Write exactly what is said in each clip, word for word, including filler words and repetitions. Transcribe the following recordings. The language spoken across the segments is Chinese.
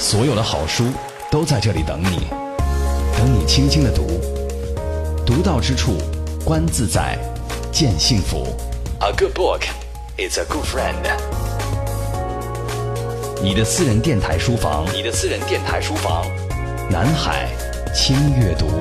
所有的好书都在这里等你，等你轻轻的读，读到之处，观自在，见幸福。A good book is a good friend。你的私人电台书房，你的私人电台书房，南海轻阅读。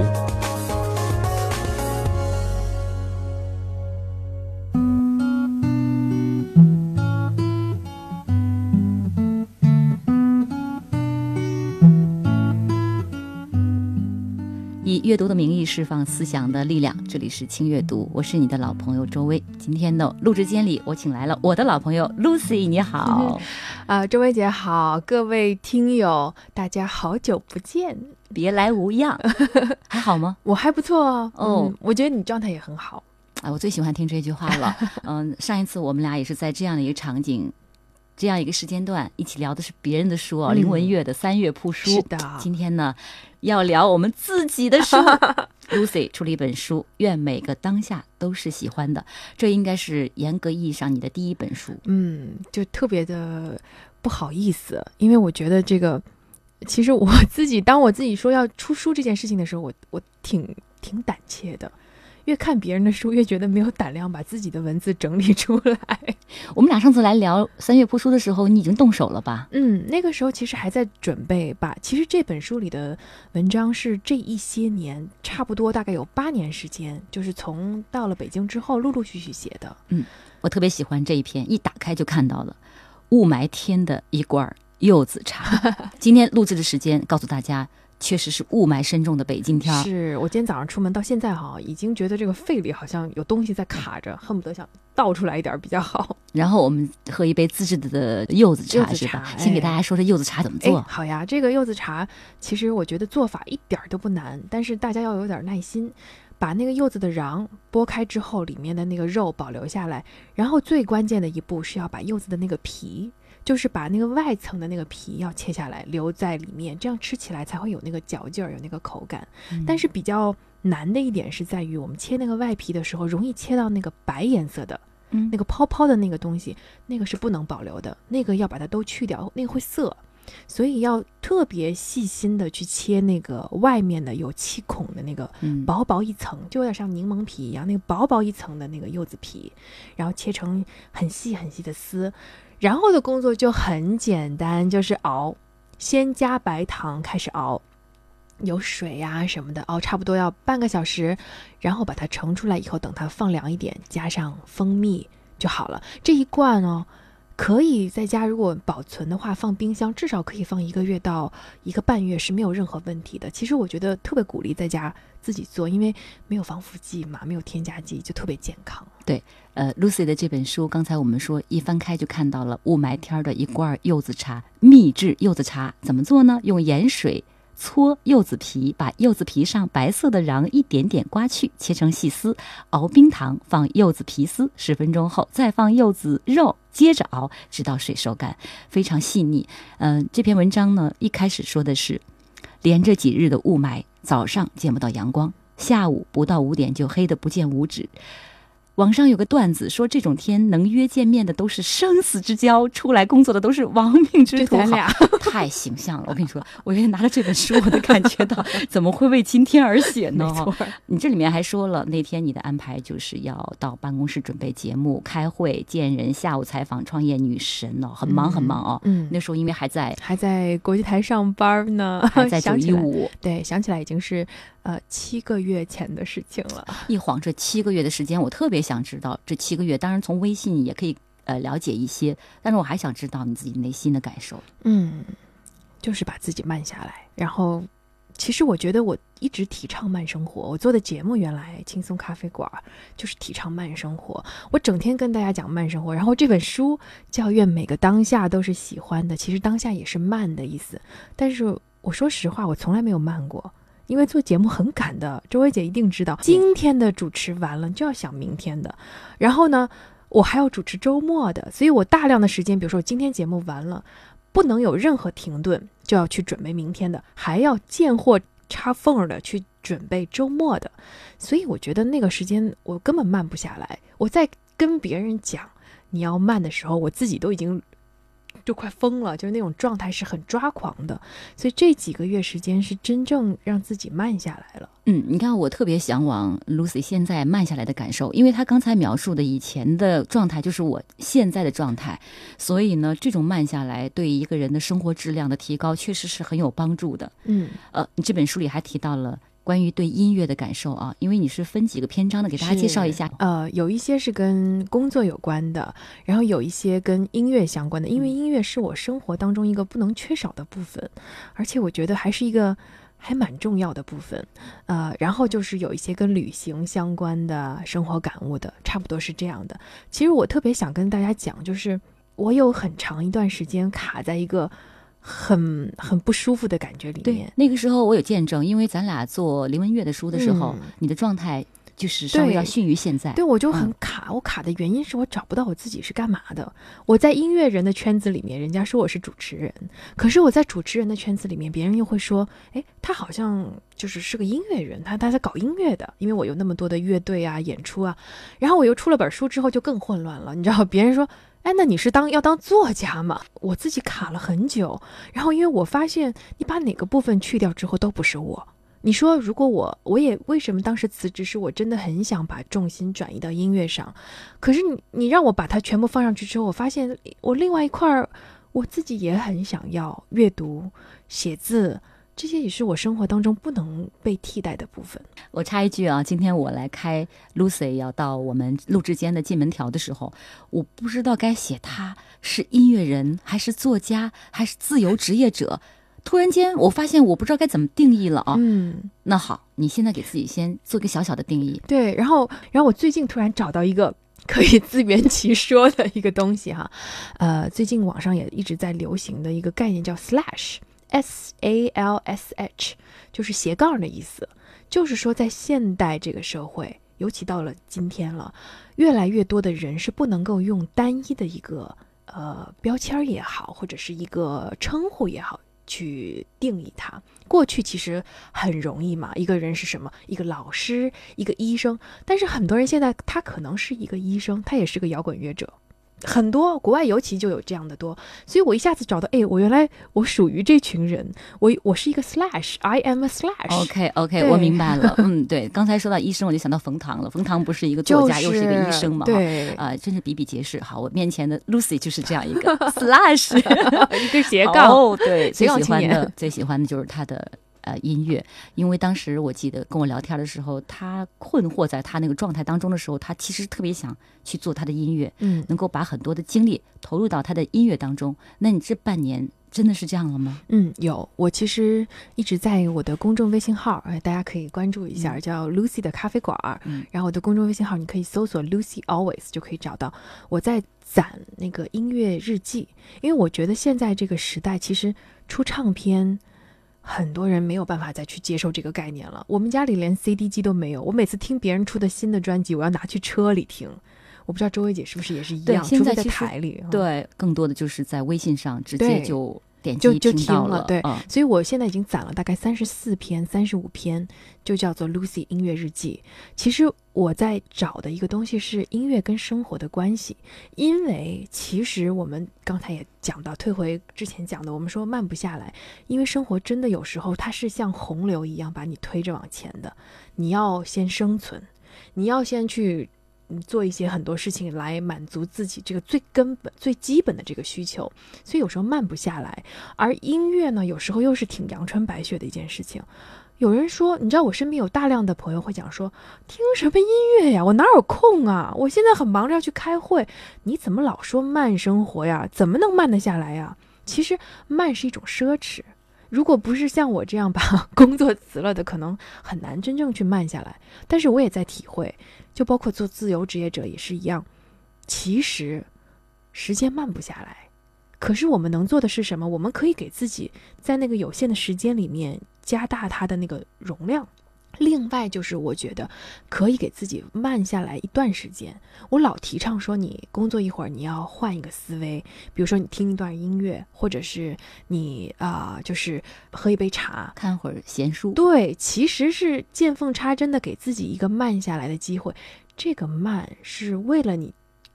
以阅读的名义释放思想的力量，这里是轻阅读，我是你的老朋友周薇。今天的录制间里，我请来了我的老朋友 Lucy， 你好。 啊、呃，周薇姐好，各位听友，大家好久不见， 别来无恙，还好吗？ 我还不错哦， 哦、 嗯，我觉得你状态也很好。 哎，我最喜欢听这句话了。嗯，上一次我们俩也是在这样的一个场景。这样一个时间段一起聊的是别人的书哦，林文月的三月铺书。 是的， 今天呢要聊我们自己的书。Lucy 出了一本书，愿每个当下都是喜欢的，这应该是严格意义上你的第一本书。 嗯，就特别的不好意思，因为我觉得这个，其实我自己当我自己说要出书这件事情的时候，我我挺挺胆怯的。越看别人的书，越觉得没有胆量把自己的文字整理出来。 我们俩上次来聊三月铺书的时候，你已经动手了吧？ 嗯，那个时候其实还在准备把，其实这本书里的文章是这一些年，差不多大概有八年时间，就是从到了北京之后陆陆续续写的。 嗯，我特别喜欢这一篇，一打开就看到了雾霾天的一罐柚子茶。今天录制的时间告诉大家，确实是雾霾深重的北京天。 是我今天早上出门到现在哈，已经觉得这个肺里好像有东西在卡着，恨不得想倒出来一点比较好。 然后我们喝一杯自制的柚子茶， 柚子茶是吧？ 哎、 先给大家说这柚子茶怎么做。 哎，好呀，这个柚子茶其实我觉得做法一点都不难，但是大家要有点耐心。把那个柚子的瓤剥开之后，里面的那个肉保留下来，然后最关键的一步是要把柚子的那个皮，就是把那个外层的那个皮要切下来留在里面，这样吃起来才会有那个嚼劲儿，有那个口感、嗯、但是比较难的一点是在于我们切那个外皮的时候容易切到那个白颜色的、嗯、那个泡泡的那个东西，那个是不能保留的，那个要把它都去掉，那个会涩，所以要特别细心的去切那个外面的有气孔的那个薄薄一层、嗯、就有点像柠檬皮一样，那个薄薄一层的那个柚子皮，然后切成很细很细的丝，然后的工作就很简单，就是熬，先加白糖开始熬，有水呀、啊、什么的，熬差不多要半个小时，然后把它盛出来以后，等它放凉一点，加上蜂蜜就好了。这一罐哦，可以在家如果保存的话放冰箱，至少可以放一个月到一个半月是没有任何问题的。其实我觉得特别鼓励在家自己做，因为没有防腐剂嘛，没有添加剂，就特别健康。 对，呃 Lucy 的这本书，刚才我们说一翻开就看到了雾霾天的一罐柚子茶，秘制柚子茶怎么做呢？用盐水搓柚子皮，把柚子皮上白色的瓤一点点刮去，切成细丝，熬冰糖，放柚子皮丝，十分钟后再放柚子肉，接着熬，直到水收干，非常细腻。嗯、呃，这篇文章呢，一开始说的是连着几日的雾霾，早上见不到阳光，下午不到五点就黑得不见五指。网上有个段子说，这种天能约见面的都是生死之交，出来工作的都是亡命之徒。 咱俩太形象了，我跟你说，我原来拿着这本书，我都感觉到怎么会为今天而写呢？ 没错， 你这里面还说了，那天你的安排就是要到办公室准备节目、开会、见人，下午采访创业女神哦，很忙很忙哦。嗯，那时候因为还在还在国际台上班呢， 还在九一五， 对，想起来已经是呃七个月前的事情了。 一晃这七个月的时间，我特别想知道这七个月，当然从微信也可以呃了解一些，但是我还想知道你自己内心的感受。 嗯，就是把自己慢下来，然后其实我觉得我一直提倡慢生活，我做的节目原来轻松咖啡馆就是提倡慢生活，我整天跟大家讲慢生活，然后这本书叫愿每个当下都是喜欢的，其实当下也是慢的意思，但是我说实话我从来没有慢过，因为做节目很赶的，周薇姐一定知道，今天的主持完了就要想明天的，然后呢我还要主持周末的，所以我大量的时间，比如说我今天节目完了不能有任何停顿，就要去准备明天的，还要见货插缝的去准备周末的，所以我觉得那个时间我根本慢不下来，我在跟别人讲你要慢的时候，我自己都已经就快疯了，就是那种状态是很抓狂的。所以这几个月时间是真正让自己慢下来了。 嗯，你看我特别向往 Lucy 现在慢下来的感受，因为她刚才描述的以前的状态就是我现在的状态，所以呢这种慢下来对一个人的生活质量的提高确实是很有帮助的。 嗯， 呃，你这本书里还提到了关于对音乐的感受啊，因为你是分几个篇章的，给大家介绍一下。 呃，有一些是跟工作有关的，然后有一些跟音乐相关的，因为音乐是我生活当中一个不能缺少的部分，而且我觉得还是一个还蛮重要的部分。呃，然后就是有一些跟旅行相关的生活感悟的，差不多是这样的。其实我特别想跟大家讲，就是我有很长一段时间卡在一个很很不舒服的感觉里面。 对，那个时候我有见证，因为咱俩做林文月的书的时候， 嗯、 你的状态就是稍微要逊于现在。 对，我就很卡、嗯、我卡的原因是我找不到我自己是干嘛的。我在音乐人的圈子里面，人家说我是主持人，可是我在主持人的圈子里面，别人又会说，哎，他好像就是是个音乐人，他他在搞音乐的，因为我有那么多的乐队啊演出啊。然后我又出了本书之后就更混乱了，你知道，别人说，哎，那你是当要当作家吗？我自己卡了很久，然后因为我发现你把哪个部分去掉之后都不是我。你说如果我我也为什么当时辞职，是我真的很想把重心转移到音乐上，可是你你让我把它全部放上去之后，我发现我另外一块我自己也很想要阅读写字，这些也是我生活当中不能被替代的部分。 我插一句啊，今天我来开 Lucy 要到我们录制间的进门条的时候，我不知道该写他是音乐人还是作家还是自由职业者，突然间我发现我不知道该怎么定义了啊。 嗯， 那好，你现在给自己先做一个小小的定义。 对，然后然后我最近突然找到一个可以自圆其说的一个东西哈，呃，最近网上也一直在流行的一个概念叫 slash S A L S H， 就是斜杠的意思。就是说在现代这个社会，尤其到了今天了，越来越多的人是不能够用单一的一个呃标签也好，或者是一个称呼也好去定义它。过去其实很容易嘛，一个人是什么，一个老师，一个医生，但是很多人现在他可能是一个医生，他也是个摇滚乐者，很多国外尤其就有这样的多。所以我一下子找到，哎，我原来我属于这群人，我我是一个 slash I am a slash。 OK OK， 我明白了。嗯，对，刚才说到医生我就想到冯唐了，冯唐不是一个作家、就是、又是一个医生嘛， 对啊、呃，真是比比皆是。好，我面前的 Lucy 就是这样一个 slash 一个斜杠。 哦，对，最喜欢斜的最喜欢的就是他的呃音乐，因为当时我记得跟我聊天的时候，他困惑在他那个状态当中的时候，他其实特别想去做他的音乐， 嗯， 能够把很多的精力投入到他的音乐当中。那你这半年真的是这样了吗？ 嗯，有。我其实一直在我的公众微信号，哎，大家可以关注一下，嗯、叫 Lucy 的咖啡馆。嗯，然后我的公众微信号你可以搜索 Lucy Always 就可以找到。我在攒那个音乐日记，因为我觉得现在这个时代，其实出唱片，很多人没有办法再去接受这个概念了。我们家里连 C D 机都没有，我每次听别人出的新的专辑，我要拿去车里听。我不知道周薇姐是不是也是一样， 现在在台里， 对，更多的就是在微信上直接就点击就就听到了， 对、 嗯， 所以我现在已经攒了大概三十四篇、三十五篇，就叫做 Lucy 音乐日记。其实我在找的一个东西是音乐跟生活的关系，因为其实我们刚才也讲到，退回之前讲的，我们说慢不下来，因为生活真的有时候它是像洪流一样把你推着往前的，你要先生存，你要先去做一些很多事情来满足自己这个最根本最基本的这个需求，所以有时候慢不下来。而音乐呢，有时候又是挺阳春白雪的一件事情。有人说，你知道我身边有大量的朋友会讲说，听什么音乐呀，我哪有空啊，我现在很忙着要去开会。你怎么老说慢生活呀，怎么能慢得下来呀？其实慢是一种奢侈，如果不是像我这样把工作辞了的，可能很难真正去慢下来。但是我也在体会，就包括做自由职业者也是一样，其实时间慢不下来，可是我们能做的是什么？我们可以给自己在那个有限的时间里面加大它的那个容量。另外就是我觉得可以给自己慢下来一段时间。我老提倡说，你工作一会儿你要换一个思维，比如说你听一段音乐，或者是你啊、呃，就是喝一杯茶， 看会儿闲书。 对，其实是见缝插针的给自己一个慢下来的机会。这个慢是为了你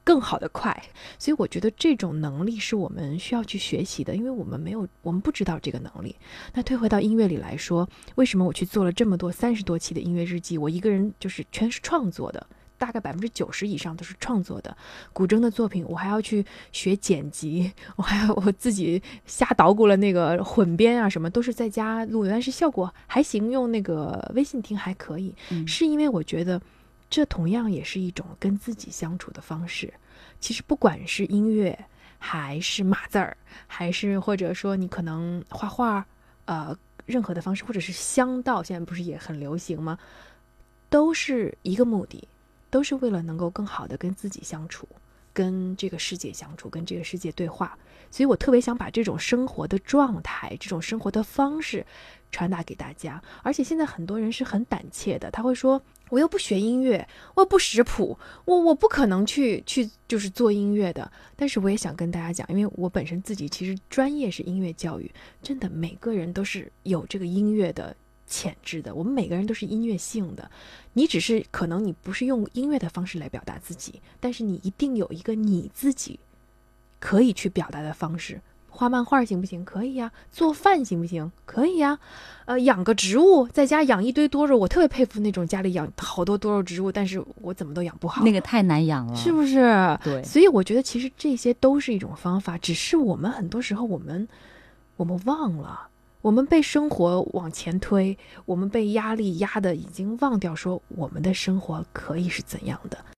更好的快。所以我觉得这种能力是我们需要去学习的，因为我们没有，我们不知道这个能力。那退回到音乐里来说，为什么我去做了这么多三十多期的音乐日记，我一个人就是全是创作的，大概百分之九十以上都是创作的。古筝的作品我还要去学剪辑，我还要我自己瞎捣鼓了那个混编啊，什么都是在家录的，但是效果还行，用那个微信听还可以、嗯、是因为我觉得这同样也是一种跟自己相处的方式。其实不管是音乐还是码字儿，还是或者说你可能画画，呃任何的方式，或者是香道，现在不是也很流行吗？都是一个目的，都是为了能够更好的跟自己相处，跟这个世界相处，跟这个世界对话。所以我特别想把这种生活的状态，这种生活的方式传达给大家。而且现在很多人是很胆怯的，他会说我又不学音乐，我又不识谱，我我不可能去去就是做音乐的。但是我也想跟大家讲，因为我本身自己其实专业是音乐教育，真的每个人都是有这个音乐的潜质的，我们每个人都是音乐性的。你只是可能你不是用音乐的方式来表达自己，但是你一定有一个你自己可以去表达的方式。画漫画行不行？可以呀。做饭行不行？可以呀。呃，养个植物，在家养一堆多肉，我特别佩服那种家里养好多多肉植物，但是我怎么都养不好， 那个太难养了， 是不是？ 对。 所以我觉得其实这些都是一种方法，只是我们很多时候我们我们忘了，我们被生活往前推，我们被压力压得已经忘掉说我们的生活可以是怎样的。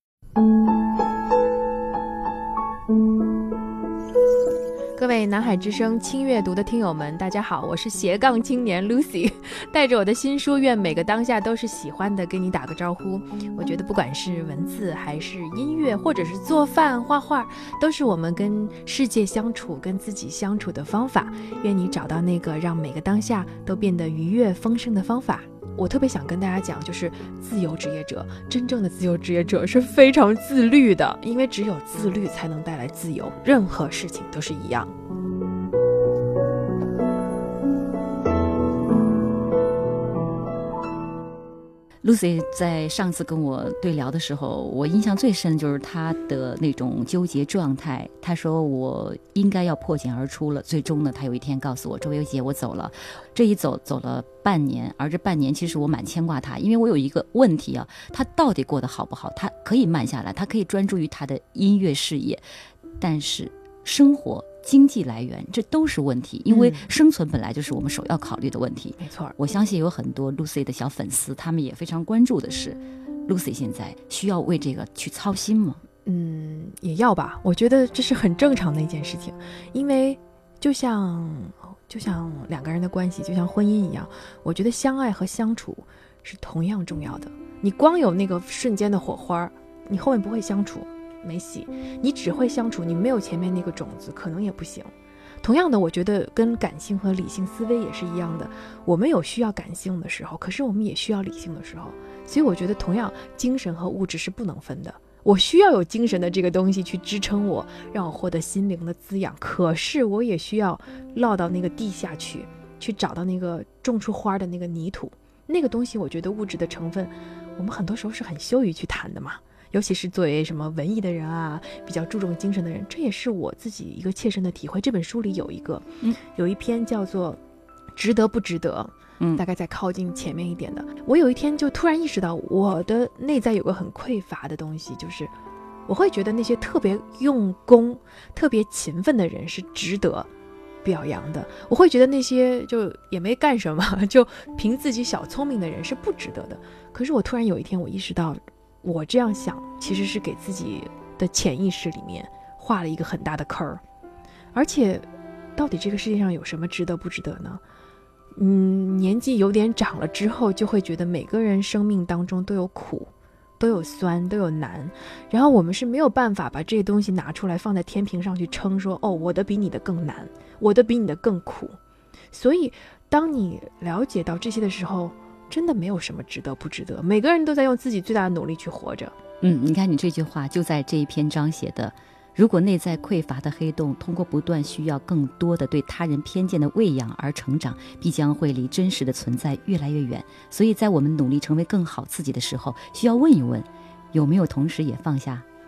各位南海之声轻阅读的听友们，大家好，我是斜杠青年 Lucy， 带着我的新书愿每个当下都是喜欢的跟你打个招呼。我觉得不管是文字还是音乐，或者是做饭画画，都是我们跟世界相处跟自己相处的方法。愿你找到那个让每个当下都变得愉悦丰盛的方法。我特别想跟大家讲，就是自由职业者，真正的自由职业者是非常自律的，因为只有自律才能带来自由，任何事情都是一样。 Lucy 在上次跟我对聊的时候，我印象最深就是她的那种纠结状态。她说我应该要破茧而出了，最终呢，她有一天告诉我，周游姐，我走了。这一走走了半年，而这半年其实我蛮牵挂她，因为我有一个问题啊，她到底过得好不好？她可以慢下来，她可以专注于她的音乐事业，但是生活经济来源这都是问题，因为生存本来就是我们首要考虑的问题、嗯、没错。我相信有很多 Lucy 的小粉丝，他们也非常关注的是 Lucy 现在需要为这个去操心吗？ 嗯，也要吧，我觉得这是很正常的一件事情。因为就像就像两个人的关系，就像婚姻一样，我觉得相爱和相处是同样重要的。你光有那个瞬间的火花，你后面不会相处没戏，你只会相处，你没有前面那个种子可能也不行。同样的，我觉得跟感性和理性思维也是一样的，我们有需要感性的时候，可是我们也需要理性的时候。所以我觉得同样精神和物质是不能分的，我需要有精神的这个东西去支撑我，让我获得心灵的滋养，可是我也需要落到那个地下去，去找到那个种出花的那个泥土。那个东西我觉得物质的成分我们很多时候是很羞于去谈的嘛，尤其是作为什么文艺的人啊，比较注重精神的人，这也是我自己一个切身的体会。这本书里有一个、嗯、有一篇叫做值得不值得，嗯，大概再靠近前面一点的。我有一天就突然意识到，我的内在有个很匮乏的东西，就是我会觉得那些特别用功特别勤奋的人是值得表扬的，我会觉得那些就也没干什么就凭自己小聪明的人是不值得的。可是我突然有一天我意识到，我这样想其实是给自己的潜意识里面画了一个很大的坑儿。而且到底这个世界上有什么值得不值得呢？嗯，年纪有点长了之后，就会觉得每个人生命当中都有苦，都有酸，都有难，然后我们是没有办法把这些东西拿出来放在天平上去称，说哦，我的比你的更难，我的比你的更苦。所以当你了解到这些的时候，真的没有什么值得不值得，每个人都在用自己最大的努力去活着。 嗯，你看你这句话就在这一篇章写的，如果内在匮乏的黑洞通过不断需要更多的对他人偏见的喂养而成长，必将会离真实的存在越来越远。所以在我们努力成为更好自己的时候，需要问一问，有没有同时也放下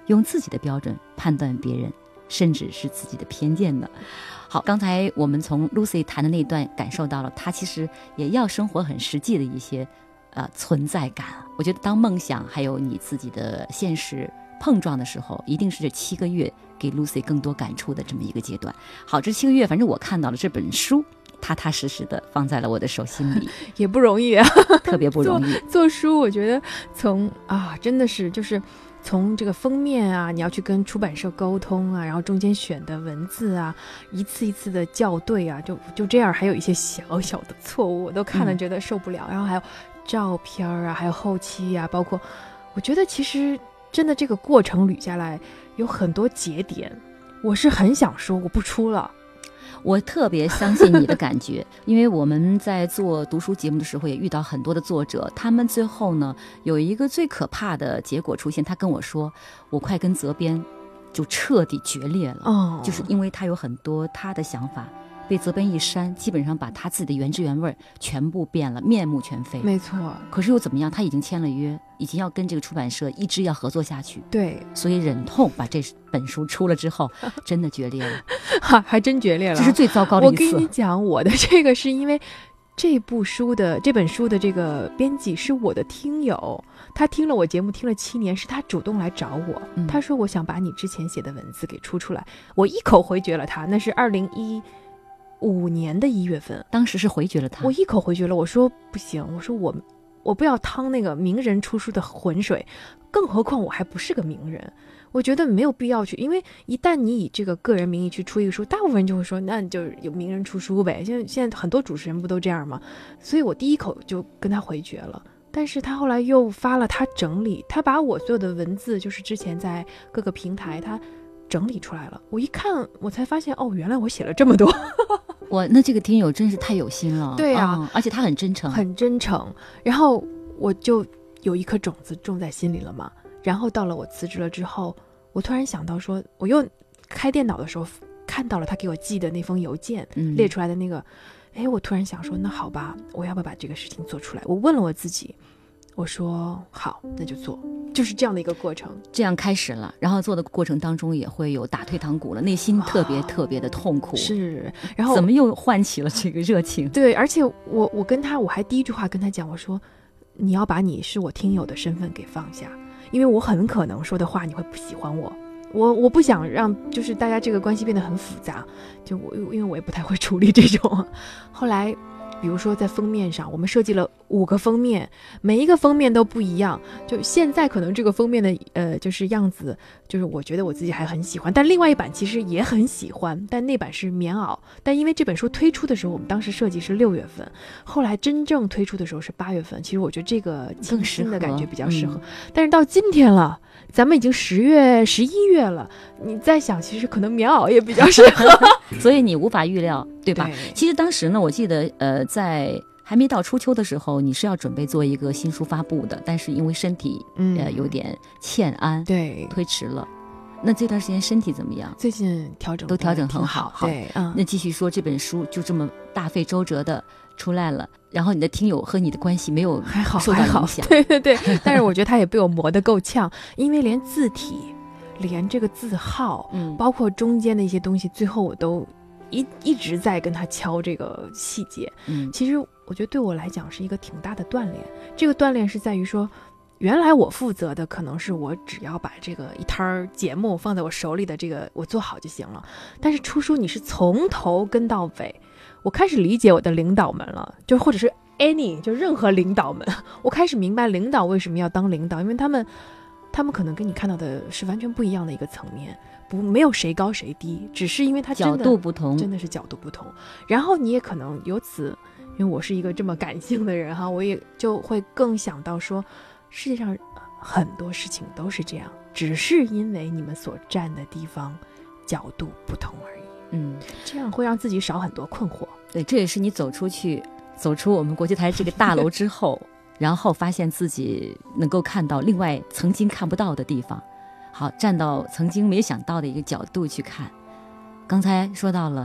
用自己的标准判断别人，甚至是自己的偏见的。好，刚才我们从 Lucy 谈的那段感受到了，她其实也要生活很实际的一些呃存在感。我觉得当梦想还有你自己的现实碰撞的时候，一定是这七个月给 Lucy 更多感触的这么一个阶段。好，这七个月反正我看到了这本书踏踏实实的放在了我的手心里， 也不容易啊， 特别不容易。 做, 做书我觉得从啊真的是就是从这个封面啊，你要去跟出版社沟通啊，然后中间选的文字啊，一次一次的校对啊，就就这样，还有一些小小的错误，我都看了觉得受不了。嗯、然后还有照片啊，还有后期啊，包括我觉得其实真的这个过程捋下来有很多节点，我是很想说我不出了。 我特别相信你的感觉，因为我们在做读书节目的时候也遇到很多的作者，他们最后呢有一个最可怕的结果出现，他跟我说我快跟责编就彻底决裂了、哦、就是因为他有很多他的想法被责编一删，基本上把他自己的原汁原味全部变了，面目全非。 没错， 可是又怎么样，他已经签了约，已经要跟这个出版社一直要合作下去， 对， 所以忍痛把这本书出了之后真的决裂了哈，还真决裂了， 这是最糟糕的一次。 我跟你讲，我的这个是因为这部书的这本书的这个编辑是我的听友，他听了我节目听了七年，是他主动来找我、嗯、他说我想把你之前写的文字给出出来，我一口回绝了他，那是二零一五年的一月份， 当时是回绝了他， 我一口回绝了，我说不行，我说我我不要趟那个名人出书的浑水，更何况我还不是个名人，我觉得没有必要去，因为一旦你以这个个人名义去出一个书，大部分人就会说那你就是有名人出书呗，现在现在很多主持人不都这样吗？所以我第一口就跟他回绝了。但是他后来又发了他整理，他把我所有的文字就是之前在各个平台他整理出来了，我一看我才发现哦，原来我写了这么多哇，那这个听友真是太有心了。 对啊、 嗯、而且他很真诚很真诚，然后我就有一颗种子种在心里了嘛。然后到了我辞职了之后，我突然想到说，我又开电脑的时候看到了他给我寄的那封邮件、嗯、列出来的那个，哎，我突然想说那好吧，我要不要把这个事情做出来。我问了我自己，我说好，那就做，就是这样的一个过程， 这样开始了。然后做的过程当中也会有打退堂鼓了，内心特别特别的痛苦、哦、 是，然后怎么又唤起了这个热情？ 对，而且我我跟他，我还第一句话跟他讲，我说你要把你是我听友的身份给放下，因为我很可能说的话你会不喜欢我，我我不想让就是大家这个关系变得很复杂，就我因为我也不太会处理这种。后来比如说在封面上，我们设计了五个封面，每一个封面都不一样，就现在可能这个封面的呃就是样子，就是我觉得我自己还很喜欢，但另外一版其实也很喜欢，但那版是棉袄，但因为这本书推出的时候我们当时设计是六月份，后来真正推出的时候是八月份，其实我觉得这个清新的感觉比较适合、嗯、但是到今天了，咱们已经十月十一月了，你再想其实可能棉袄也比较适合所以你无法预料，对吧？对，其实当时呢，我记得呃在还没到初秋的时候，你是要准备做一个新书发布的，但是因为身体、嗯、呃有点欠安， 对， 推迟了。那这段时间身体怎么样？ 最近调整都调整很好， 好，对，嗯。 那继续说，这本书就这么大费周折的出来了，然后你的听友和你的关系没有还好受到影响， 对对对。但是我觉得他也被我磨得够呛，因为连字体、连这个字号，嗯，包括中间的一些东西，最后我都一一直在跟他敲这个细节。嗯，其实我觉得对我来讲是一个挺大的锻炼。这个锻炼是在于说，原来我负责的可能是我只要把这个一摊节目放在我手里的这个我做好就行了，但是出书你是从头跟到尾，我开始理解我的领导们了，就或者是 any 就任何领导们，我开始明白领导为什么要当领导，因为他们他们可能跟你看到的是完全不一样的一个层面，不没有谁高谁低，只是因为他真的角度不同， 真的是角度不同。然后你也可能由此，因为我是一个这么感性的人哈，我也就会更想到说，世界上很多事情都是这样，只是因为你们所站的地方角度不同而已。嗯，这样会让自己少很多困惑。 对，这也是你走出去，走出我们国际台这个大楼之后然后发现自己能够看到另外曾经看不到的地方，好，站到曾经没想到的一个角度去看。刚才说到了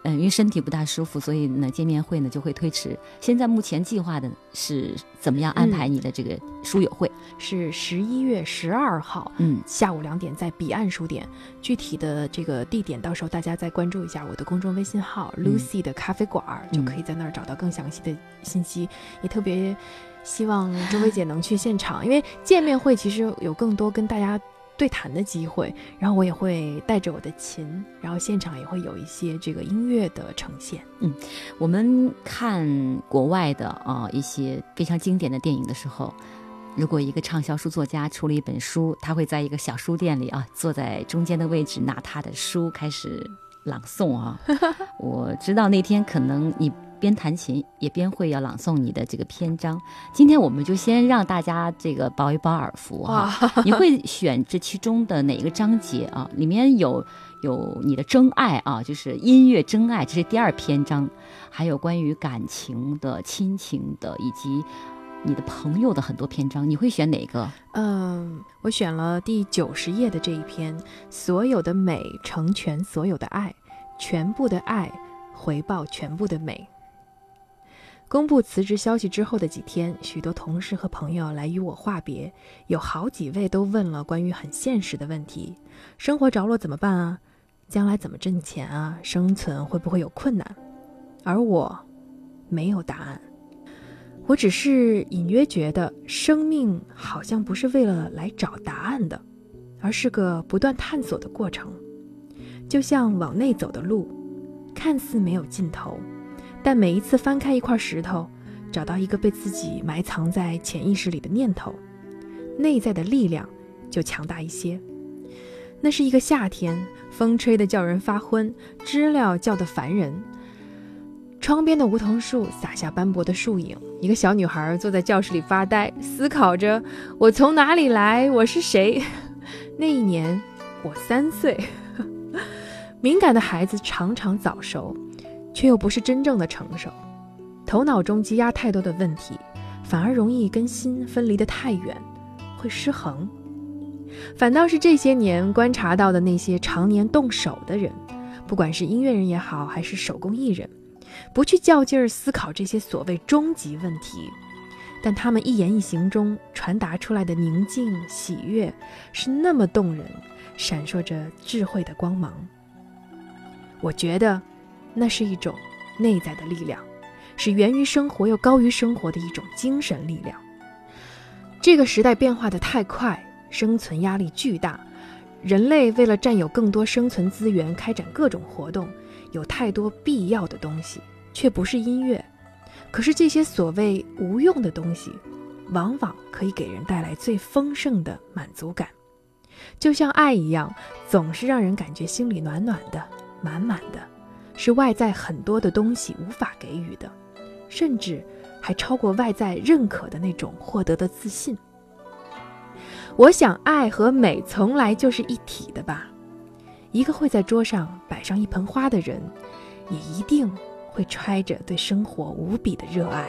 嗯，因为身体不大舒服，所以呢见面会呢就会推迟。现在目前计划的是怎么样安排你的这个书友会？ 嗯、是十一月十二号， 嗯， 下午两点在彼岸书店。具体的这个地点，到时候大家再关注一下我的公众微信号、嗯、Lucy 的咖啡馆，就可以在那儿找到更详细的信息。嗯、也特别希望周薇姐能去现场，因为见面会其实有更多跟大家对谈的机会，然后我也会带着我的琴，然后现场也会有一些这个音乐的呈现。 嗯，我们看国外的啊、呃、一些非常经典的电影的时候，如果一个畅销书作家出了一本书，他会在一个小书店里啊，坐在中间的位置，拿他的书开始朗诵啊。我知道那天可能你边弹琴也边会要朗诵你的这个篇章。今天我们就先让大家这个饱一饱耳福哈。你会选这其中的哪个章节啊？里面有有你的真爱啊，就是音乐真爱，这是第二篇章，还有关于感情的、亲情的，以及你的朋友的很多篇章，你会选哪个？ 嗯，我选了第九十页的这一篇，所有的美成全所有的爱，全部的爱回报全部的美。公布辞职消息之后的几天，许多同事和朋友来与我话别，有好几位都问了关于很现实的问题：生活着落怎么办啊？将来怎么挣钱啊？生存会不会有困难？而我没有答案。我只是隐约觉得，生命好像不是为了来找答案的，而是个不断探索的过程。就像往内走的路，看似没有尽头，但每一次翻开一块石头，找到一个被自己埋藏在潜意识里的念头，内在的力量就强大一些。那是一个夏天，风吹得叫人发昏，知了叫得烦人。窗边的梧桐树洒下斑驳的树影，一个小女孩坐在教室里发呆，思考着我从哪里来，我是谁。那一年我三岁。敏感的孩子常常早熟，却又不是真正的成熟，头脑中积压太多的问题，反而容易跟心分离得太远，会失衡。反倒是这些年观察到的那些常年动手的人，不管是音乐人也好，还是手工艺人，不去较劲儿思考这些所谓终极问题，但他们一言一行中传达出来的宁静喜悦是那么动人，闪烁着智慧的光芒。我觉得那是一种内在的力量，是源于生活又高于生活的一种精神力量。这个时代变化得太快，生存压力巨大，人类为了占有更多生存资源，开展各种活动，有太多必要的东西，却不是音乐。可是这些所谓无用的东西，往往可以给人带来最丰盛的满足感。就像爱一样，总是让人感觉心里暖暖的，满满的，是外在很多的东西无法给予的，甚至还超过外在认可的那种获得的自信。我想爱和美从来就是一体的吧。一个会在桌上摆上一盆花的人，也一定会揣着对生活无比的热爱。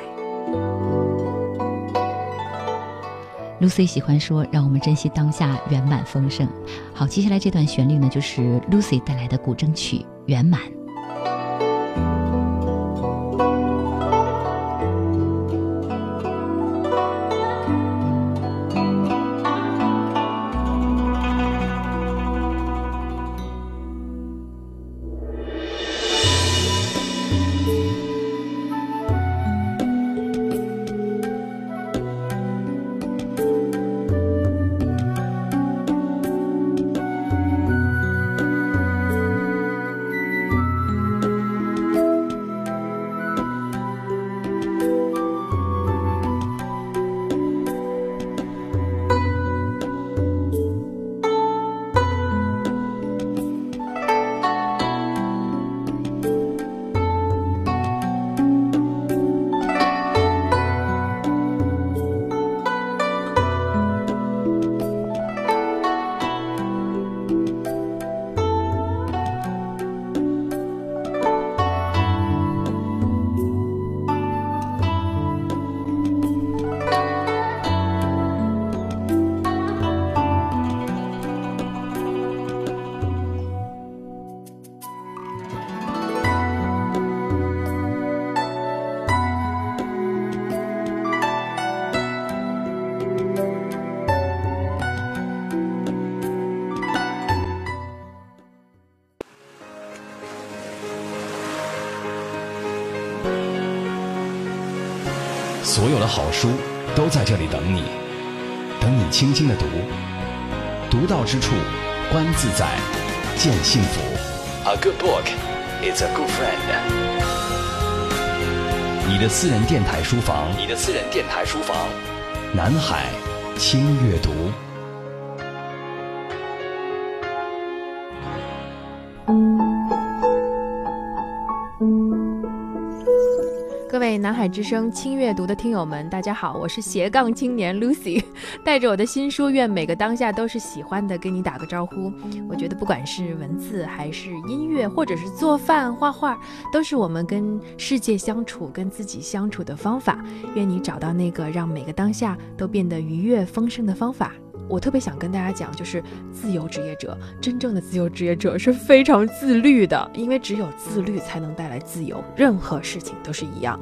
Lucy 喜欢说让我们珍惜当下，圆满丰盛。好，接下来这段旋律呢，就是 Lucy 带来的古筝曲《圆满》。 所有的好书都在这里等你，等你轻轻的读，读到之处，观自在，见幸福。A good book is a good friend。你的私人电台书房，你的私人电台书房，南海轻阅读。 各位南海之声轻阅读的听友们，大家好，我是斜杠青年 Lucy， 带着我的新书《愿每个当下都是喜欢的》跟你打个招呼。我觉得不管是文字还是音乐，或者是做饭画画，都是我们跟世界相处跟自己相处的方法。愿你找到那个让每个当下都变得愉悦丰盛的方法。我特别想跟大家讲，就是自由职业者，真正的自由职业者是非常自律的，因为只有自律才能带来自由，任何事情都是一样。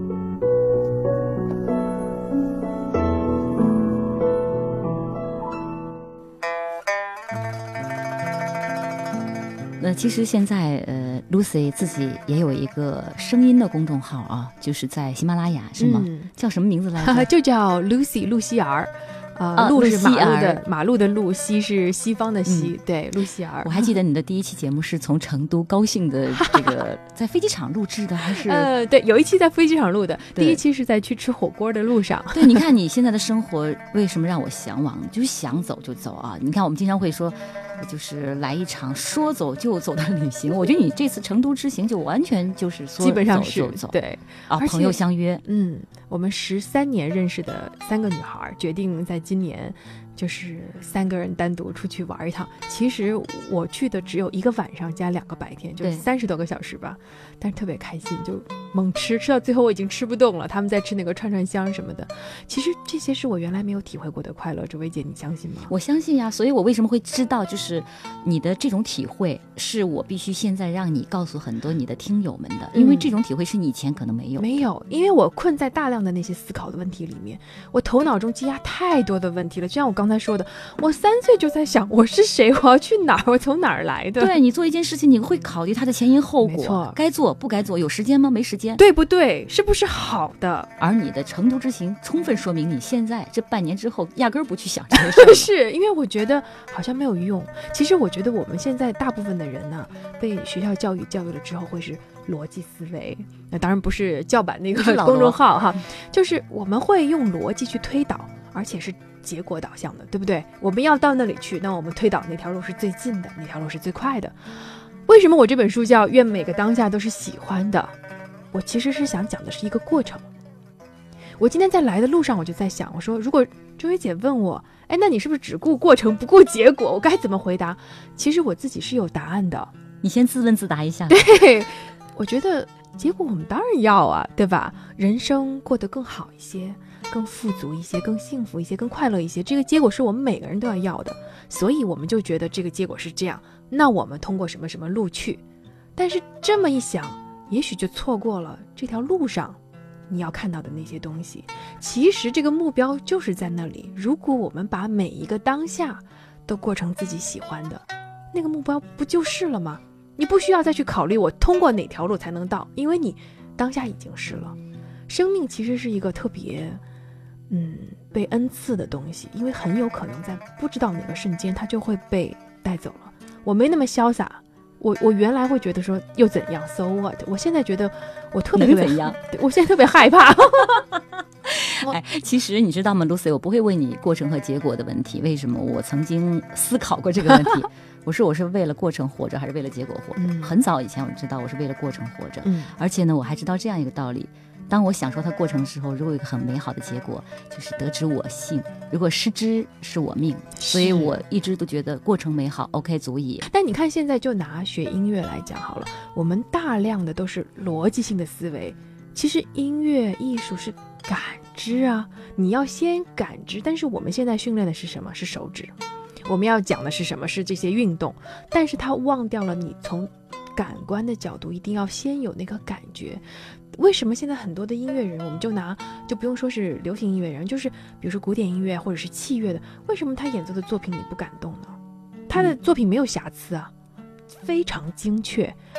那其实现在呃 Lucy 自己也有一个声音的公众号啊，就是在喜马拉雅是吗？嗯、叫什么名字来着？ 就叫 Lucy 露西儿。呃，路是马路的马路的路，西是西方的西，嗯、对，露西儿。 我还记得你的第一期节目是从成都高兴的这个在飞机场录制的，还是？ 呃，对，有一期在飞机场录的，第一期是在去吃火锅的路上。 对，你看你现在的生活为什么让我向往？就是想走就走啊！你看我们经常会说，就是来一场说走就走的旅行。我觉得你这次成都之行就完全就是说基本上是走就走， 对啊，朋友相约， 嗯，我们十三年认识的三个女孩决定在今年就是三个人单独出去玩一趟。其实我去的只有一个晚上加两个白天，就三十多个小时吧，但是特别开心，就猛吃，吃到最后我已经吃不动了，他们在吃那个串串香什么的。其实这些是我原来没有体会过的快乐，这位姐你相信吗？ 我相信呀，所以我为什么会知道，就是你的这种体会是我必须现在让你告诉很多你的听友们的，因为这种体会是你以前可能没有、嗯、 没有，因为我困在大量的那些思考的问题里面，我头脑中积压太多的问题了。就像我刚才说的，我三岁就在想我是谁，我要去哪儿，我从哪儿来的。 对，你做一件事情你会考虑它的前因后果， 没错， 该做不该做，有时间吗？没时间， 对不对？是不是好的？ 而你的成都之行充分说明你现在这半年之后压根儿不去想这个事是因为我觉得好像没有用。其实我觉得我们现在大部分的人呢、啊，被学校教育教育了之后会是逻辑思维，那当然不是教版那个公众号哈，就是我们会用逻辑去推导，而且是结果导向的，对不对？我们要到那里去，那我们推导那条路是最近的，那条路是最快的。为什么我这本书叫《愿每个当下都是喜欢的》？我其实是想讲的是一个过程。我今天在来的路上，我就在想，我说如果周薇姐问我，哎，那你是不是只顾过程不顾结果？我该怎么回答？其实我自己是有答案的。 你先自问自答一下。 对，我觉得结果我们当然要啊，对吧？人生过得更好一些，更富足一些，更幸福一些，更快乐一些，这个结果是我们每个人都要要的，所以我们就觉得这个结果是这样，那我们通过什么什么路去。但是这么一想，也许就错过了这条路上你要看到的那些东西。其实这个目标就是在那里，如果我们把每一个当下都过成自己喜欢的，那个目标不就是了吗？你不需要再去考虑我通过哪条路才能到，因为你当下已经是了。生命其实是一个特别嗯被恩赐的东西，因为很有可能在不知道哪个瞬间它就会被带走了。我没那么潇洒，我我原来会觉得说又怎样 so what， 我现在觉得我特别特别怎样， 我现在特别害怕。 哎，其实你知道吗 Lucy， 我不会问你过程和结果的问题。为什么？我曾经思考过这个问题。我说我是为了过程活着还是为了结果活着、嗯、很早以前我知道我是为了过程活着、嗯、而且呢我还知道这样一个道理，当我享受它过程的时候，如果有一个很美好的结果，就是得之我幸，如果失之是我命，所以我一直都觉得过程美好 OK 足矣。 但你看现在就拿学音乐来讲好了，我们大量的都是逻辑性的思维，其实音乐艺术是感知啊，你要先感知，但是我们现在训练的是什么？是手指。我们要讲的是什么？是这些运动，但是他忘掉了你从感官的角度一定要先有那个感觉。为什么现在很多的音乐人，我们就拿就不用说是流行音乐人，就是比如说古典音乐或者是器乐的，为什么他演奏的作品你不感动呢？他的作品没有瑕疵啊，非常精确，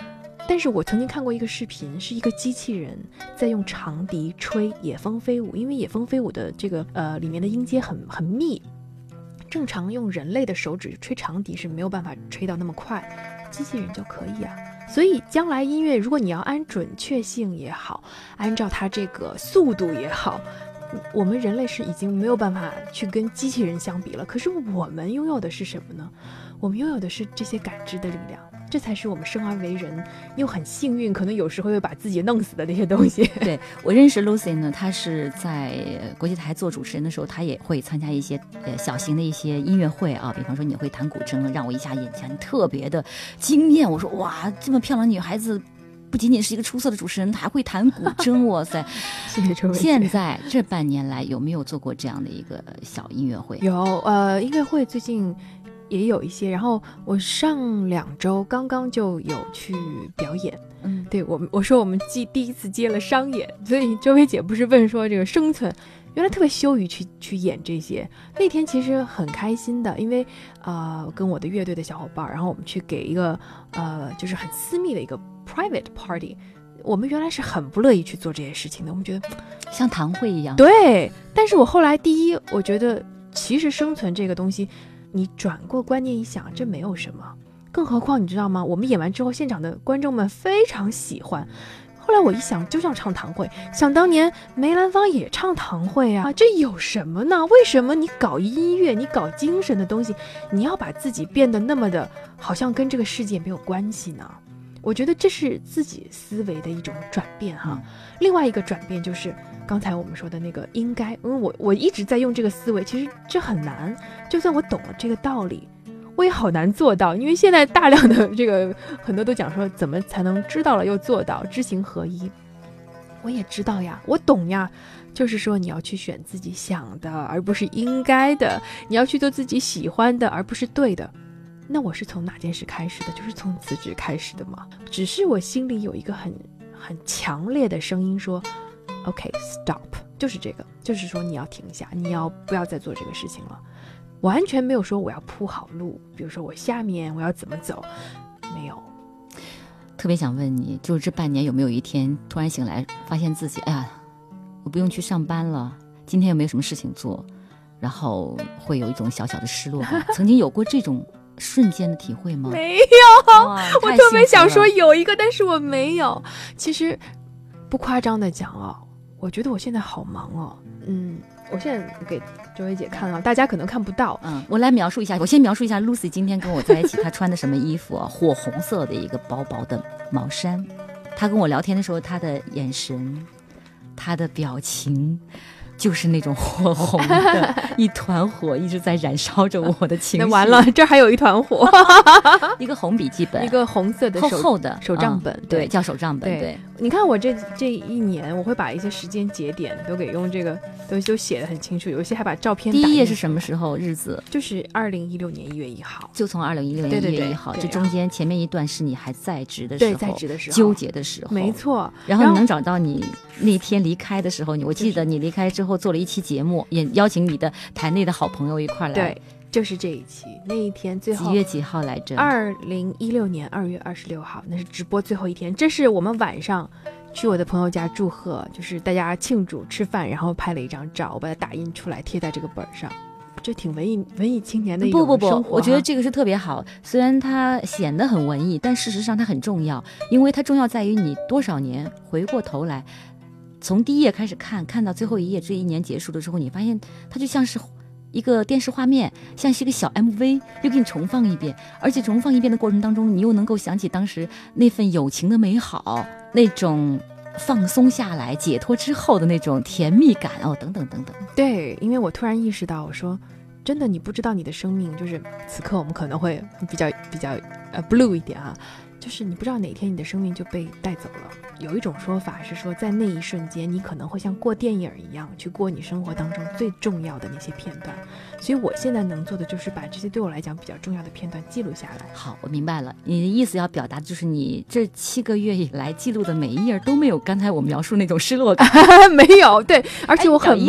但是我曾经看过一个视频，是一个机器人在用长笛吹《野蜂飞舞》，因为《野蜂飞舞》的这个呃里面的音阶很很密，正常用人类的手指吹长笛是没有办法吹到那么快，机器人就可以啊。所以将来音乐，如果你要按准确性也好，按照它这个速度也好，我们人类是已经没有办法去跟机器人相比了。可是我们拥有的是什么呢？我们拥有的是这些感知的力量，这才是我们生而为人又很幸运，可能有时候会把自己弄死的那些东西。 对，我认识 Lucy 呢，她是在国际台做主持人的时候，她也会参加一些呃小型的一些音乐会啊，比方说你会弹古筝，让我一下眼前特别的惊艳。我说哇，这么漂亮的女孩子，不仅仅是一个出色的主持人，还会弹古筝，哇塞！ 谢谢周伟姐。 现在这半年来有没有做过这样的一个小音乐会？ 有，呃，音乐会最近也有一些，然后我上两周刚刚就有去表演。 嗯， 对我们我说我们第第一次接了商演，所以周薇姐不是问说这个生存，原来特别羞于去去演这些。那天其实很开心的，因为呃跟我的乐队的小伙伴，然后我们去给一个呃就是很私密的一个 private party。我们原来是很不乐意去做这些事情的，我们觉得像堂会一样。 对，但是我后来第一，我觉得其实生存这个东西，你转过观念一想，这没有什么。更何况你知道吗？我们演完之后，现场的观众们非常喜欢。后来我一想，就像唱堂会，想当年梅兰芳也唱堂会啊，这有什么呢？为什么你搞音乐，你搞精神的东西，你要把自己变得那么的，好像跟这个世界没有关系呢？我觉得这是自己思维的一种转变哈。嗯、另外一个转变就是刚才我们说的那个应该，因为我我一直在用这个思维，其实这很难。就算我懂了这个道理，我也好难做到，因为现在大量的这个很多都讲说怎么才能知道了又做到知行合一。我也知道呀，我懂呀，就是说你要去选自己想的，而不是应该的；你要去做自己喜欢的，而不是对的。那我是从哪件事开始的？就是从辞职开始的嘛。只是我心里有一个很很强烈的声音说 OK stop， 就是这个，就是说你要停下，你要不要再做这个事情了。完全没有说我要铺好路，比如说我下面我要怎么走，没有。 特别想问你，就是这半年有没有一天突然醒来发现自己哎呀我不用去上班了，今天又没有什么事情做，然后会有一种小小的失落感曾经有过这种瞬间的体会吗？ 没有，我特别想说有一个，但是我没有。其实不夸张的讲哦，我觉得我现在好忙哦。嗯，我现在给周薇姐看了，大家可能看不到。 嗯，我来描述一下，我先描述一下 Lucy 今天跟我在一起，她穿的什么衣服啊？火红色的一个薄薄的毛衫。她跟我聊天的时候，她的眼神，她的表情。就是那种火红的一团火一直在燃烧着我的情绪。 那完了，这还有一团火。 一个红笔记本， 一个红色的手厚厚的手账本、 嗯、对，叫手账本。 对, 对， 你看我这这一年，我会把一些时间节点都给用这个都都写得很清楚，有些还把照片打。 第一页是什么时候日子？ 就是二零一六年一月一号， 就从二零一六年一月一号，这中间前面一段是你还在职的时候， 对，在职的时候， 纠结的时候， 没错。 然后你能找到你那天离开的时候，我记得你离开之后做了一期节目，也邀请你的台内的好朋友一块来。 对，就是这一期，那一天最后几月几号来着？ 二零一六年二月二十六号，那是直播最后一天。这是我们晚上去我的朋友家祝贺，就是大家庆祝吃饭，然后拍了一张照，我把它打印出来贴在这个本上。这挺文艺文艺青年的一种不不生活。 不，我觉得这个是特别好。虽然它显得很文艺，但事实上它很重要，因为它重要在于你多少年回过头来，从第一页开始看，看到最后一页，这一年结束的时候，你发现它就像是一个电视画面，像是一个小 M V， 又给你重放一遍。而且重放一遍的过程当中，你又能够想起当时那份友情的美好，那种放松下来解脱之后的那种甜蜜感哦，等等等等。 对，因为我突然意识到，我说真的，你不知道你的生命，就是此刻我们可能会比较比较呃 blue 一点啊，就是你不知道哪天你的生命就被带走了。有一种说法是说，在那一瞬间你可能会像过电影一样去过你生活当中最重要的那些片段。所以我现在能做的就是把这些对我来讲比较重要的片段记录下来。 好，我明白了，你的意思要表达的就是你这七个月以来记录的每一页都没有刚才我描述那种失落感。 没有，对，而且我很忙，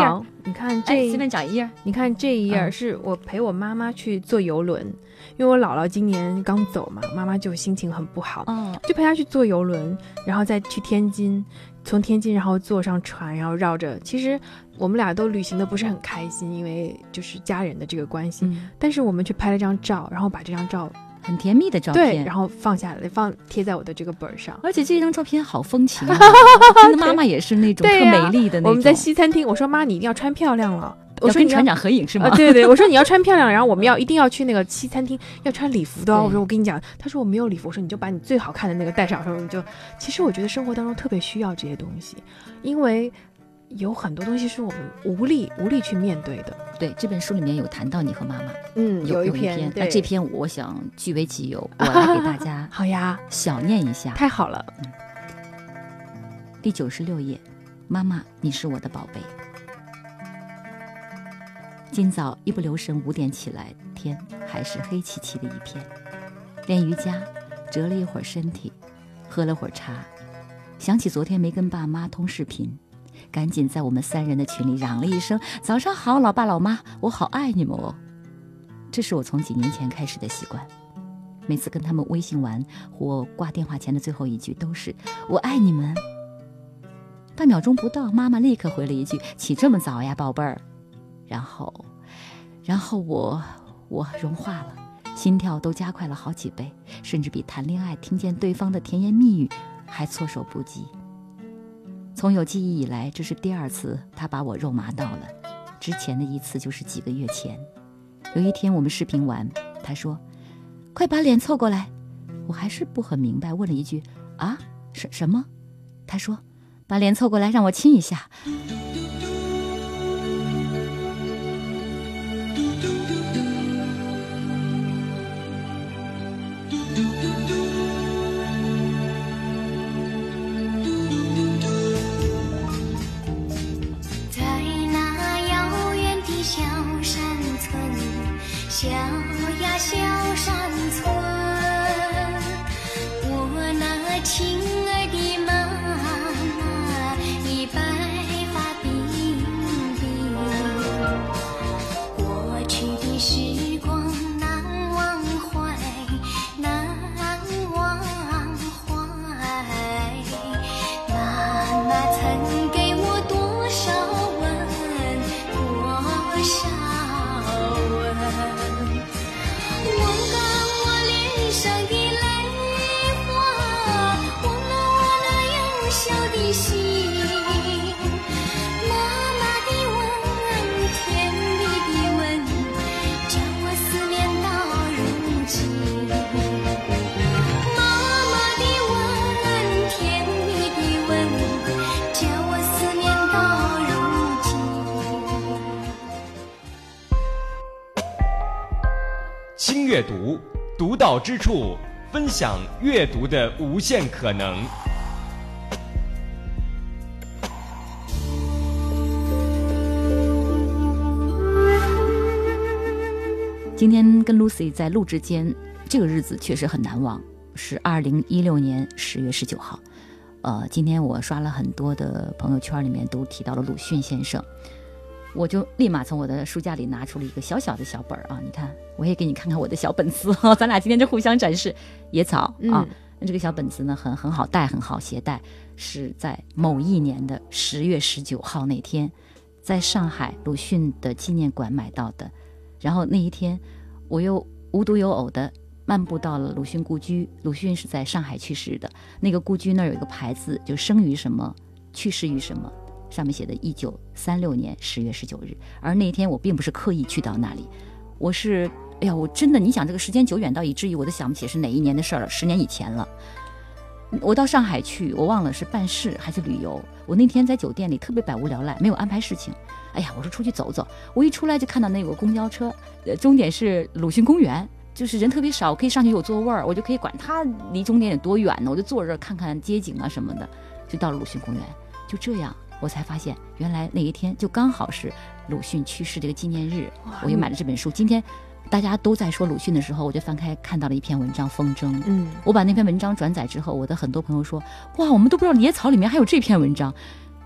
你看这、 哎、随便找一页， 你看这一页、 嗯、 是我陪我妈妈去坐游轮，因为我姥姥今年刚走嘛，妈妈就心情很不好， 哦， 就陪她去坐游轮，然后再去天津，从天津然后坐上船，然后绕着，其实我们俩都旅行的不是很开心，因为就是家人的这个关系、 嗯、 但是我们去拍了张照，然后把这张照很甜蜜的照片， 对，然后放下来，放贴在我的这个本上。 而且这张照片好风情、啊，真的妈妈也是那种特美丽的那种、啊。 我们在西餐厅，我说妈，你一定要穿漂亮了。我说要跟船长合影是吗？ 啊、对对，我说你要穿漂亮，然后我们要一定要去那个西餐厅，要穿礼服的哦。我说我跟你讲，他说我没有礼服，我说你就把你最好看的那个带上。我说你就，其实我觉得生活当中特别需要这些东西，因为有很多东西是我们无力无力去面对的。 对，这本书里面有谈到你和妈妈， 嗯， 有一篇， 有一篇那这篇我想据为己有，我来给大家好呀， 小念一下。 太好了。 嗯，第九十六页，妈妈，你是我的宝贝。今早一不留神五点起来，天还是黑漆漆的一片，练瑜伽，折了一会儿身体，喝了会儿茶，想起昨天没跟爸妈通视频，赶紧在我们三人的群里嚷了一声早上好，老爸老妈，我好爱你们哦。这是我从几年前开始的习惯，每次跟他们微信完或挂电话前的最后一句都是我爱你们。半秒钟不到，妈妈立刻回了一句起这么早呀宝贝儿。然后然后我我融化了，心跳都加快了好几倍，甚至比谈恋爱听见对方的甜言蜜语还措手不及。从有记忆以来，这是第二次他把我肉麻到了，之前的一次就是几个月前。有一天我们视频完，他说快把脸凑过来，我还是不很明白，问了一句啊什什么？他说把脸凑过来让我亲一下。 小呀小山村，我那亲爱的妈妈已白发鬓鬓，过去的时光难忘怀，难忘怀，妈妈曾给我多少吻，多少轻阅读，独到之处，分享阅读的无限可能。 今天跟 Lucy 在录制间，这个日子确实很难忘，是二零一六年十月十九号。呃，今天我刷了很多的朋友圈，里面都提到了鲁迅先生，我就立马从我的书架里拿出了一个小小的小本啊，你看，我也给你看看我的小本子哈，咱俩今天就互相展示野草啊。嗯、这个小本子呢，很很好带，很好携带，是在某一年的十月十九号那天，在上海鲁迅的纪念馆买到的。然后那一天，我又无独有偶的漫步到了鲁迅故居。鲁迅是在上海去世的，那个故居那儿有一个牌子，就生于什么，去世于什么。上面写的一九三六年十月十九日，而那天我并不是刻意去到那里，我是哎呀，我真的，你想这个时间久远到以至于我都想不起是哪一年的事儿了，十年以前了。我到上海去，我忘了是办事还是旅游。我那天在酒店里特别百无聊赖，没有安排事情。哎呀，我说出去走走，我一出来就看到那个公交车，呃，终点是鲁迅公园，就是人特别少，我可以上去有座位儿，我就可以管它离终点有多远呢，我就坐这儿看看街景啊什么的，就到了鲁迅公园。就这样，我才发现原来那一天就刚好是鲁迅去世这个纪念日，我又买了这本书。今天大家都在说鲁迅的时候，我就翻开看到了一篇文章《风筝》。嗯，我把那篇文章转载之后，我的很多朋友说：“哇，我们都不知道野草里面还有这篇文章。”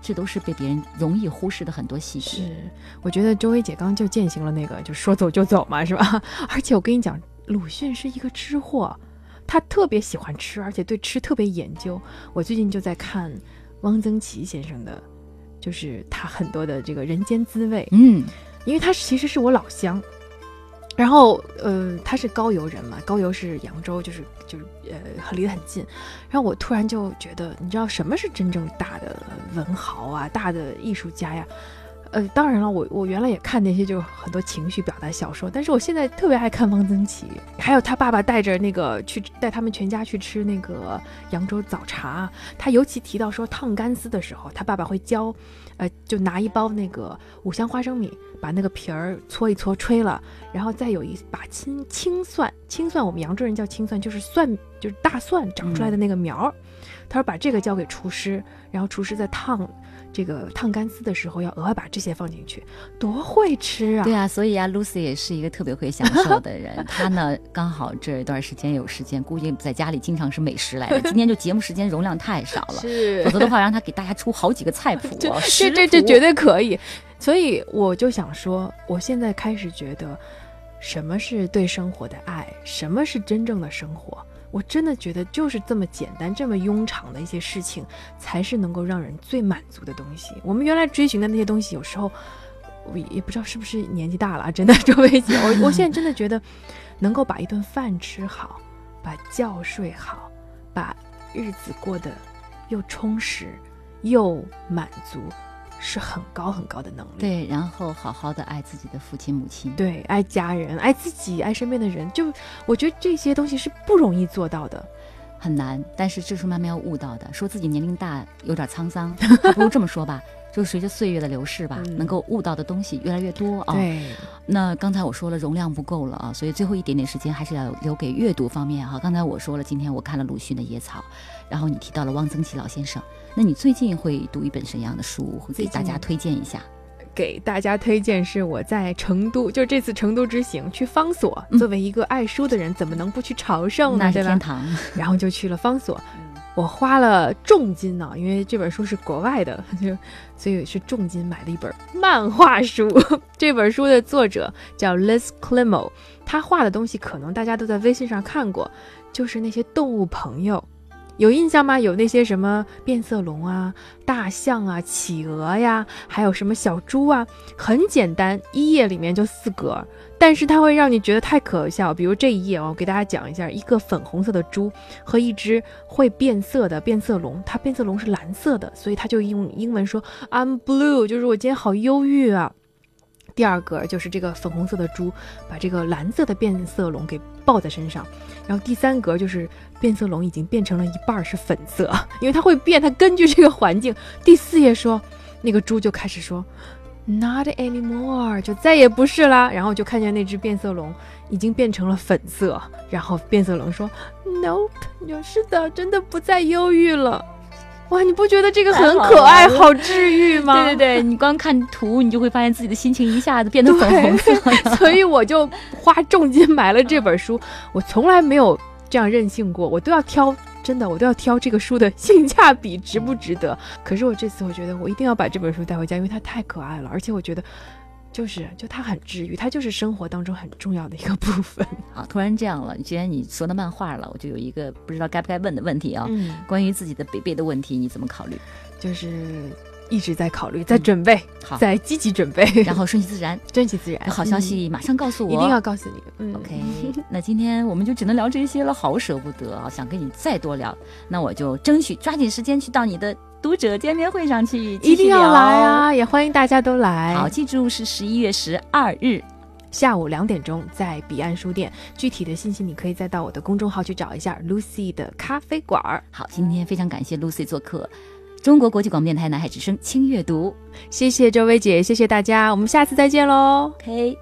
这都是被别人容易忽视的很多细节。 是，我觉得周薇姐刚刚就践行了那个就说走就走嘛，是吧？而且我跟你讲，鲁迅是一个吃货，他特别喜欢吃，而且对吃特别研究。我最近就在看汪曾祺先生的，就是他很多的这个人间滋味， 嗯， 因为他其实是我老乡。然后，呃，他是高邮人嘛，高邮是扬州，就是就是呃，离得很近。然后我突然就觉得，你知道什么是真正大的文豪啊，大的艺术家呀？呃，当然了，我我原来也看那些就很多情绪表达小说，但是我现在特别爱看汪曾祺，还有他爸爸带着那个去带他们全家去吃那个扬州早茶，他尤其提到说烫干丝的时候，他爸爸会教，呃，就拿一包那个五香花生米，把那个皮儿搓一搓吹了，然后再有一把青青蒜，青蒜我们扬州人叫青蒜，就是蒜，就是大蒜长出来的那个苗。嗯，他说把这个交给厨师，然后厨师在烫这个烫干丝的时候要额外把这些放进去，多会吃啊！ 对啊，所以啊 Lucy 也是一个特别会享受的人。她呢刚好这一段时间有时间，估计在家里经常是美食来的。今天就节目时间容量太少了， 是， 否则的话让她给大家出好几个菜谱， 这这这这绝对可以。所以我就想说，我现在开始觉得，什么是对生活的爱，什么是真正的生活。我真的觉得就是这么简单这么庸常的一些事情才是能够让人最满足的东西。我们原来追寻的那些东西，有时候我也不知道是不是年纪大了，真的周薇姐，我我现在真的觉得能够把一顿饭吃好，把觉睡好，把日子过得又充实又满足，是很高很高的能力。 对，然后好好的爱自己的父亲母亲， 对，爱家人，爱自己，爱身边的人，就我觉得这些东西是不容易做到的， 很难，但是这是慢慢要悟到的。说自己年龄大有点沧桑，还不如这么说吧，就随着岁月的流逝吧、嗯、能够悟到的东西越来越多啊。 对， 那刚才我说了容量不够了啊，所以最后一点点时间还是要留给阅读方面哈。刚才我说了，今天我看了鲁迅的《野草》，然后你提到了汪曾祺老先生，那你最近会读一本什么样的书，会给大家推荐一下？ 给大家推荐是我在成都，就这次成都之行去方所、嗯、作为一个爱书的人怎么能不去朝圣呢？ 那是天堂。 然后就去了方所、嗯、我花了重金呢、啊，因为这本书是国外的，就所以是重金买了一本漫画书。这本书的作者叫 Liz Climo， 他画的东西可能大家都在微信上看过，就是那些动物朋友，有印象吗？有那些什么变色龙啊、大象啊、企鹅呀，还有什么小猪啊，很简单，一页里面就四格，但是它会让你觉得太可笑。比如这一页，我给大家讲一下，一个粉红色的猪和一只会变色的变色龙，它变色龙是蓝色的，所以它就用英文说 I'm blue， 就是我今天好忧郁啊。第二个就是这个粉红色的猪把这个蓝色的变色龙给抱在身上，然后第三格就是变色龙已经变成了一半是粉色，因为它会变，它根据这个环境。第四页说那个猪就开始说 Not anymore， 就再也不是啦，然后就看见那只变色龙已经变成了粉色，然后变色龙说 Nope， 是的，真的不再忧郁了。哇，你不觉得这个很可爱，好治愈吗？ 对对对，你光看图，你就会发现自己的心情一下子变得粉红色了。 所以我就花重金买了这本书。我从来没有这样任性过，我都要挑，真的，我都要挑这个书的性价比值不值得。可是我这次我觉得我一定要把这本书带回家，因为它太可爱了，而且我觉得就是就它很治愈，它就是生活当中很重要的一个部分。 好，突然这样了，既然你说到漫画了，我就有一个不知道该不该问的问题啊、哦嗯， 关于自己的北北的问题，你怎么考虑？ 就是一直在考虑，在准备， 嗯、好， 在积极准备， 然后顺其自然， 顺其自然。 有好消息马上告诉我， 一定要告诉你。嗯 OK， 那今天我们就只能聊这些了，好舍不得啊，想跟你再多聊，那我就争取抓紧时间去到你的读者见面会上去， 一定要来啊！也欢迎大家都来。 好，记住是十一月十二日下午两点钟在彼岸书店，具体的信息你可以再到我的公众号去找一下 Lucy 的咖啡馆。 好，今天非常感谢 Lucy 做客中国国际广播电台南海之声轻阅读， 谢谢周薇姐，谢谢大家，我们下次再见喽。 OK，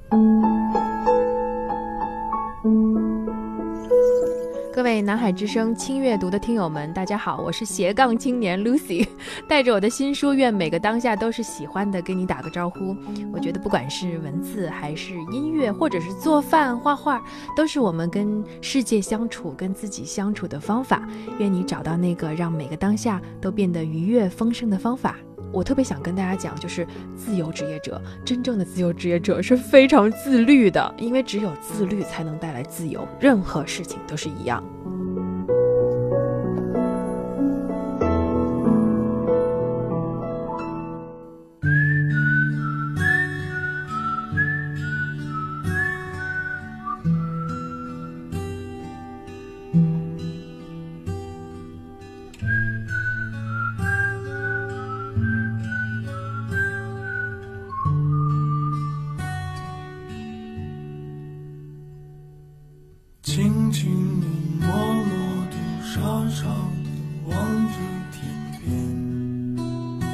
各位南海之声轻阅读的听友们，大家好，我是斜杠青年 Lucy， 带着我的新书《愿每个当下都是喜欢的》跟你打个招呼。我觉得不管是文字还是音乐，或者是做饭画画，都是我们跟世界相处跟自己相处的方法。愿你找到那个让每个当下都变得愉悦丰盛的方法。 我特别想跟大家讲，就是自由职业者，真正的自由职业者是非常自律的，因为只有自律才能带来自由，任何事情都是一样。 轻轻地默默地傻傻地望着天边，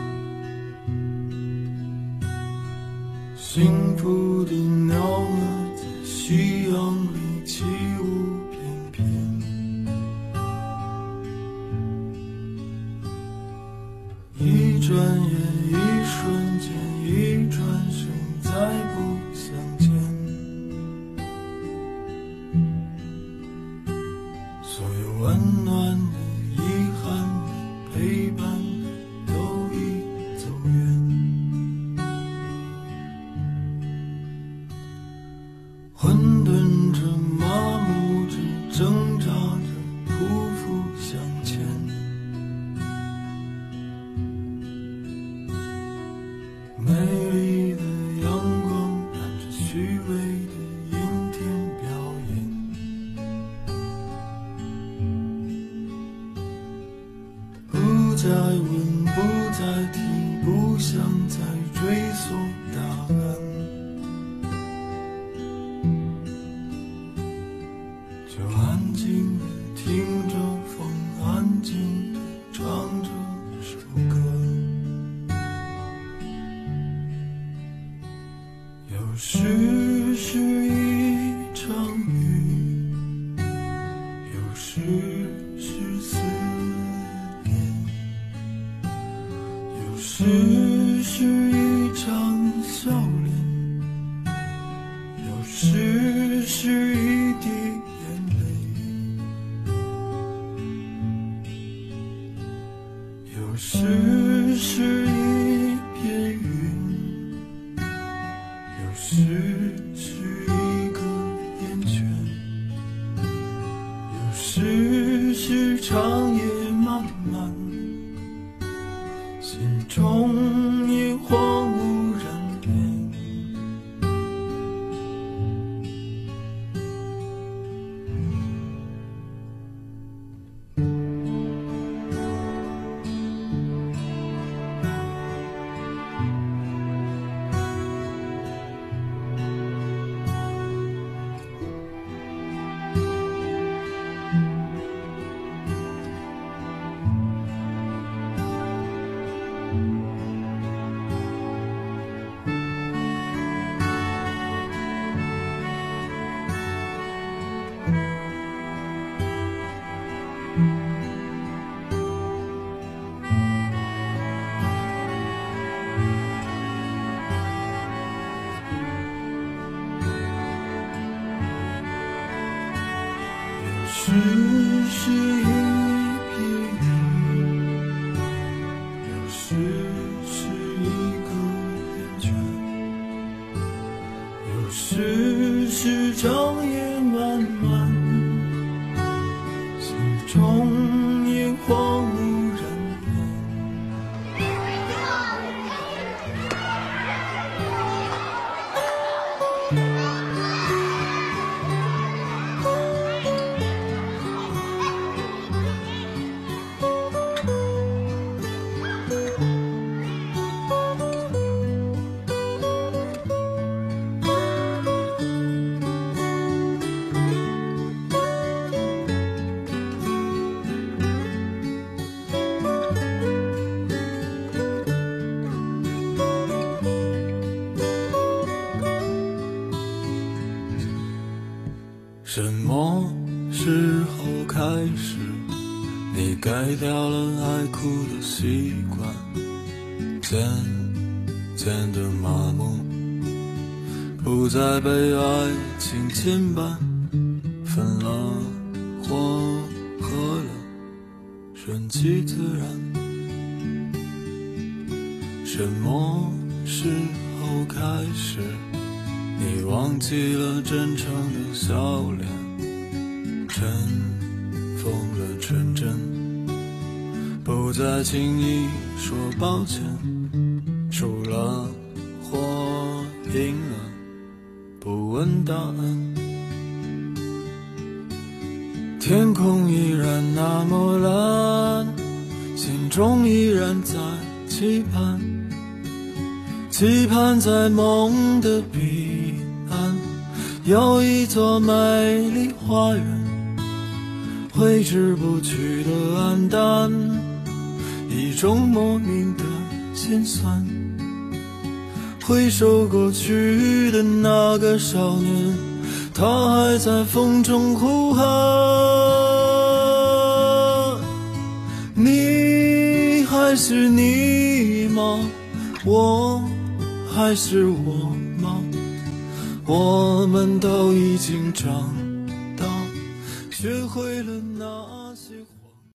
幸福的鸟儿在夕阳里起舞翩翩，一转眼一瞬间一转身再不相见，所有温暖的遗憾的陪伴的都已走远，混沌着麻木着挣扎着匍匐向前，美丽的阳光染着虚伪的阴天表演，不再问不再听不想再追溯答案，就安静地听着风，安静地唱着首歌，有时是一场雨，有时是思念，有时是一场笑脸，有时是一滴眼泪，有时是一片云，有时是一个烟圈，有时是长夜漫漫，心中也荒无人烟。有时是一片云，有时是一个烟圈，有时是长夜漫漫，心中也荒无人烟。什么时候开始，你改掉了爱哭的习惯，渐渐的麻木，不再被爱情牵绊，分了或合了，顺其自然。 什么时候开始，你忘记了真诚的笑脸，尘封了纯真，不再轻易说抱歉，输了或赢了，不问答案。天空依然那么蓝，心中依然在期盼，期盼在梦的彼岸有一座美丽花园，挥之不去的黯淡，一种莫名的心酸。回首过去的那个少年，他还在风中呼喊，你还是你吗？我还是我吗？我们都已经长大，学会了那